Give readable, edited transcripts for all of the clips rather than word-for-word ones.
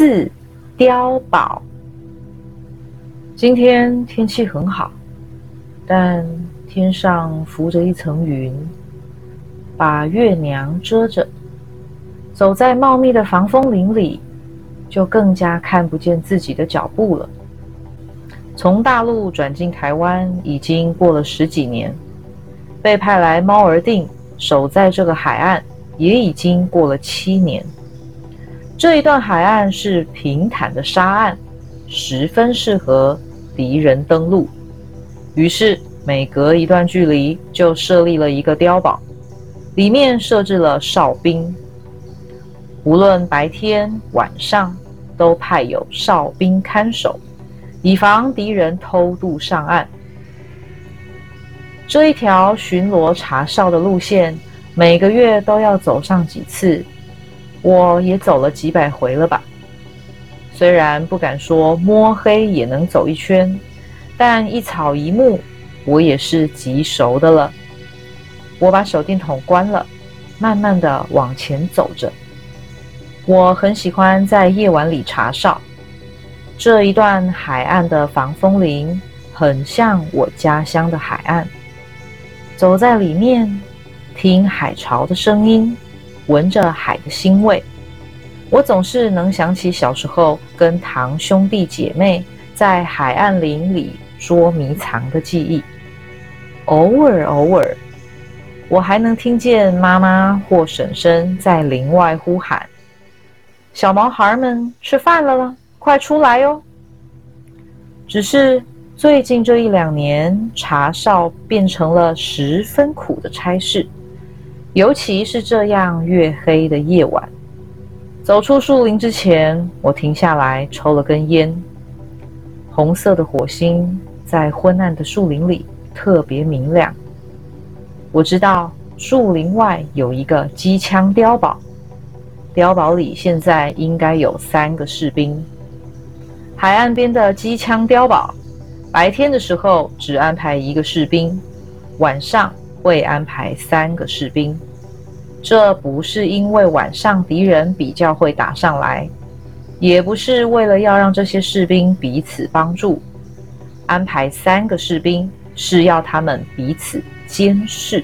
4. 碉堡。今天天气很好，但天上浮着一层云，把月娘遮着。走在茂密的防风林里，就更加看不见自己的脚步了。从大陆转进台湾已经过了10几年，被派来猫儿定守在这个海岸也已经过了7年。这一段海岸是平坦的沙岸，十分适合敌人登陆。于是每隔一段距离就设立了一个碉堡，里面设置了哨兵，无论白天晚上都派有哨兵看守，以防敌人偷渡上岸。这一条巡逻查哨的路线，每个月都要走上几次，我也走了几百回了吧。虽然不敢说摸黑也能走一圈，但一草一木我也是极熟的了。我把手电筒关了，慢慢的往前走着。我很喜欢在夜晚里查哨，这一段海岸的防风林很像我家乡的海岸。走在里面，听海潮的声音，闻着海的腥味，我总是能想起小时候跟堂兄弟姐妹在海岸林里捉迷藏的记忆。偶尔，我还能听见妈妈或婶婶在林外呼喊：“小毛孩们吃饭了，快出来哦！”只是最近这1-2年，查哨变成了十分苦的差事，尤其是这样月黑的夜晚。走出树林之前，我停下来抽了根烟。红色的火星在昏暗的树林里特别明亮。我知道树林外有一个机枪碉堡，碉堡里现在应该有3个士兵。海岸边的机枪碉堡，白天的时候只安排1个士兵，晚上会安排3个士兵。这不是因为晚上敌人比较会打上来，也不是为了要让这些士兵彼此帮助。安排3个士兵是要他们彼此监视。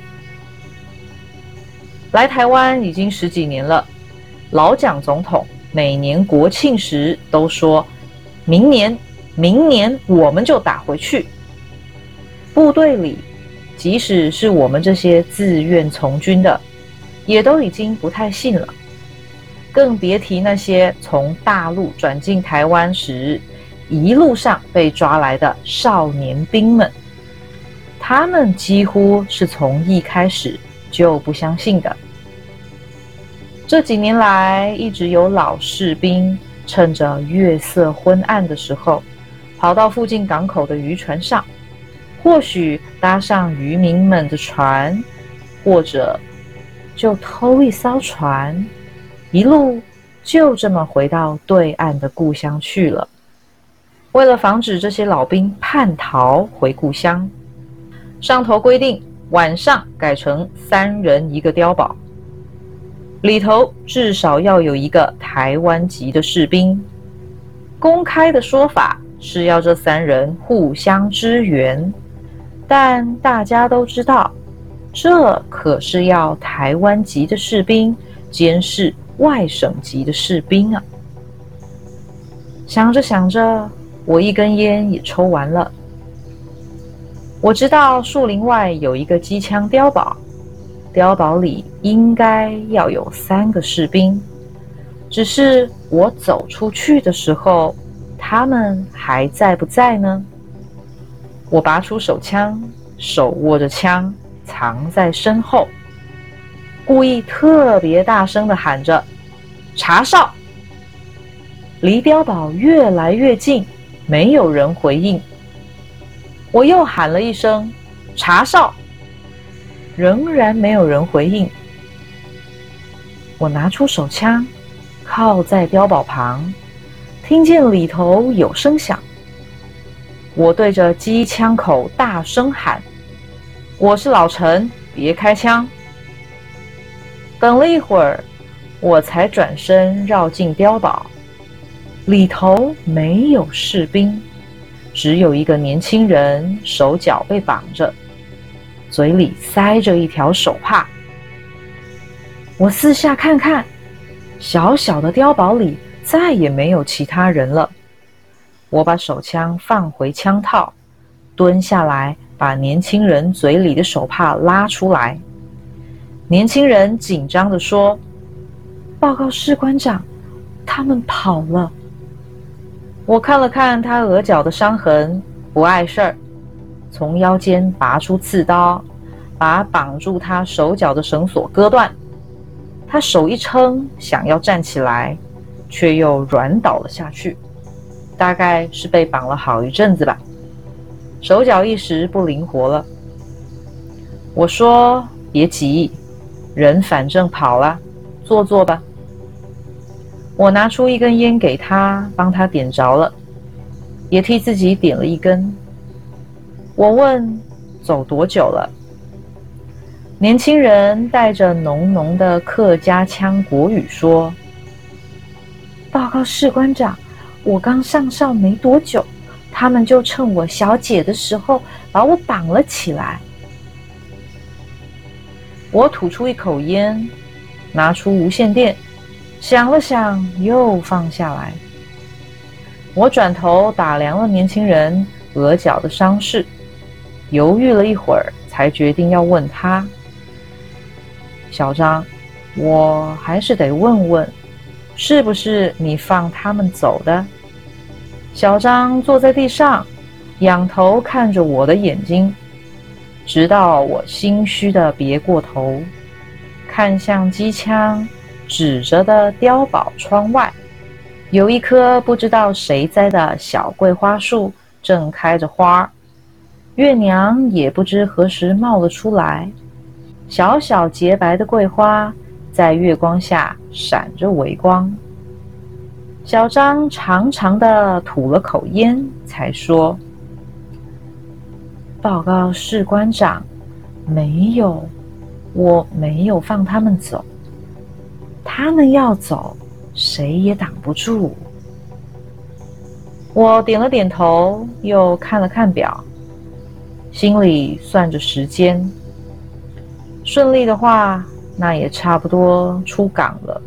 来台湾已经10几年了，老蒋总统每年国庆时都说，明年我们就打回去。部队里，即使是我们这些自愿从军的，也都已经不太信了，更别提那些从大陆转进台湾时一路上被抓来的少年兵们。他们几乎是从一开始就不相信的。这几年来，一直有老士兵趁着月色昏暗的时候，跑到附近港口的渔船上，或许搭上渔民们的船，或者就偷一艘船，一路就这么回到对岸的故乡去了。为了防止这些老兵叛逃回故乡，上头规定晚上改成3人1个碉堡，里头至少要有1个台湾籍的士兵。公开的说法是要这3人互相支援，但大家都知道，这可是要台湾籍的士兵监视外省籍的士兵啊！想着想着，我1根烟也抽完了。我知道树林外有一个机枪碉堡，碉堡里应该要有3个士兵，只是我走出去的时候，他们还在不在呢？我拔出手枪，手握着枪藏在身后，故意特别大声地喊着：“查哨！”离碉堡越来越近，没有人回应。我又喊了一声：“查哨！”仍然没有人回应。我拿出手枪，靠在碉堡旁，听见里头有声响。我对着机枪口大声喊：“我是老陈，别开枪！”等了一会儿，我才转身绕进碉堡。 里头没有士兵，只有一个年轻人，手脚被绑着，嘴里塞着一条手帕。我四下看看，小小的碉堡里再也没有其他人了。我把手枪放回枪套，蹲下来把年轻人嘴里的手帕拉出来。年轻人紧张地说：“报告士官长，他们跑了。”我看了看他额角的伤痕，不碍事儿，从腰间拔出刺刀，把绑住他手脚的绳索割断。他手一撑，想要站起来，却又软倒了下去，大概是被绑了好一阵子吧，手脚一时不灵活了。我说：“别急，人反正跑了，坐坐吧。”我拿出一根烟给他，帮他点着了，也替自己点了一根。我问：“走多久了？”年轻人带着浓浓的客家腔国语说：“报告士官长，我刚上哨没多久，他们就趁我小解的时候把我绑了起来。”我吐出一口烟，拿出无线电，想了想，又放下来。我转头打量了年轻人额角的伤势，犹豫了一会儿，才决定要问他：“小张，我还是得问问，是不是你放他们走的？”小张坐在地上，仰头看着我的眼睛，直到我心虚地别过头，看向机枪指着的碉堡窗外，有一棵不知道谁栽的小桂花树正开着花，月娘也不知何时冒了出来，小小洁白的桂花在月光下闪着微光。小张长长的吐了口烟，才说：“报告士官长，没有，我没有放他们走。他们要走，谁也挡不住。”我点了点头，又看了看表，心里算着时间。顺利的话，那也差不多出港了。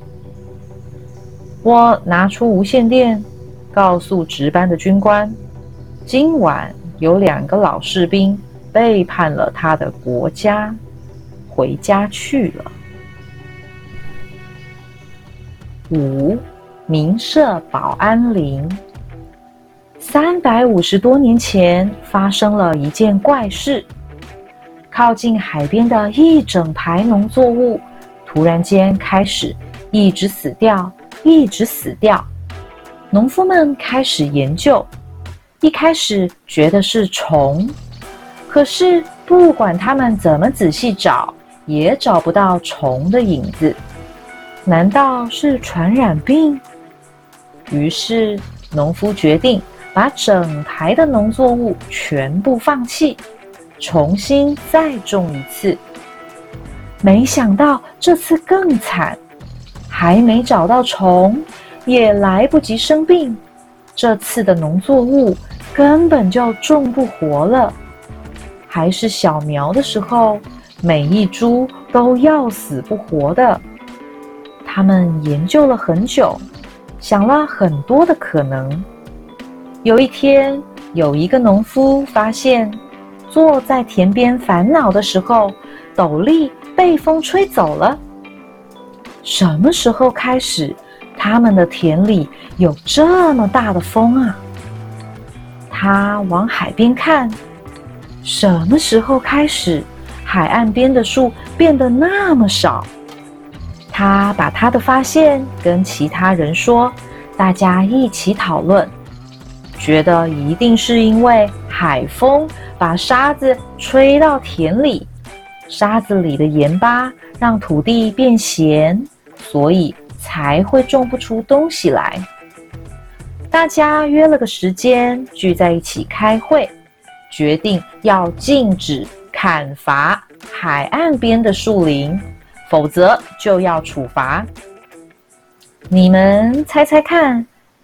我拿出无线电，告诉值班的军官，今晚有2个老士兵背叛了他的国家，回家去了。5. 民社保安林。350多年前发生了一件怪事，靠近海边的一整排农作物突然间开始一直死掉，一直死掉。农夫们开始研究，一开始觉得是虫，可是不管他们怎么仔细找，也找不到虫的影子。难道是传染病？于是农夫决定把整排的农作物全部放弃，重新再种一次。没想到这次更惨，还没找到虫，也来不及生病，这次的农作物根本就种不活了。还是小苗的时候，每一株都要死不活的。他们研究了很久，想了很多的可能。有一天，有一个农夫发现，坐在田边烦恼的时候，斗笠被风吹走了。什么时候开始，他们的田里有这么大的风啊？他往海边看，什么时候开始，海岸边的树变得那么少？他把他的发现跟其他人说，大家一起讨论，觉得一定是因为海风把沙子吹到田里，沙子里的盐巴让土地变咸，所以才会种不出东西来。大家约了个时间，聚在一起开会，决定要禁止砍伐海岸边的树林，否则就要处罚。你们猜猜看，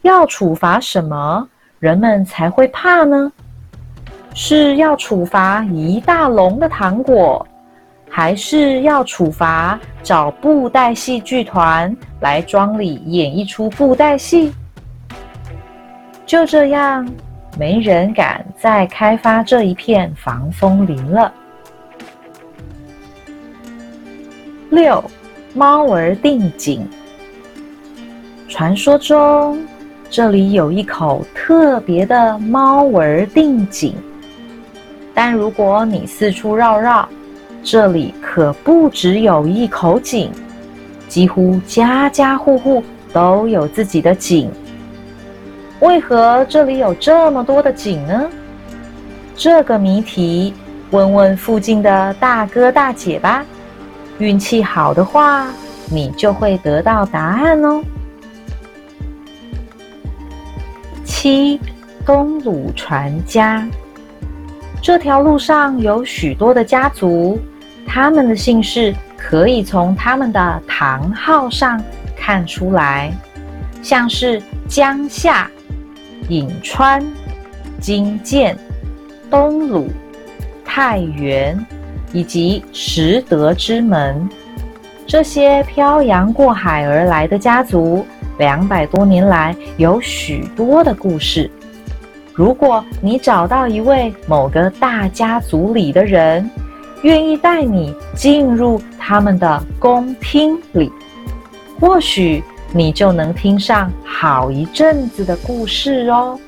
要处罚什么，人们才会怕呢？是要处罚一大笼的糖果，还是要处罚找布袋戏剧团来庄里演一出布袋戏？就这样，没人敢再开发这一片防风林了。6. 猫儿定井。传说中，这里有一口特别的猫儿定井，但如果你四处绕绕，这里可不只有一口井，几乎家家户户都有自己的井。为何这里有这么多的井呢？这个谜题，问问附近的大哥大姐吧。运气好的话，你就会得到答案哦。7. 东鲁传家。这条路上有许多的家族，他们的姓氏可以从他们的堂号上看出来，像是江夏、颍川、金剑、东鲁、太原以及实德之门。这些漂洋过海而来的家族，200多年来有许多的故事。如果你找到一位某个大家族里的人，愿意带你进入他们的宫厅里，或许你就能听上好一阵子的故事哦。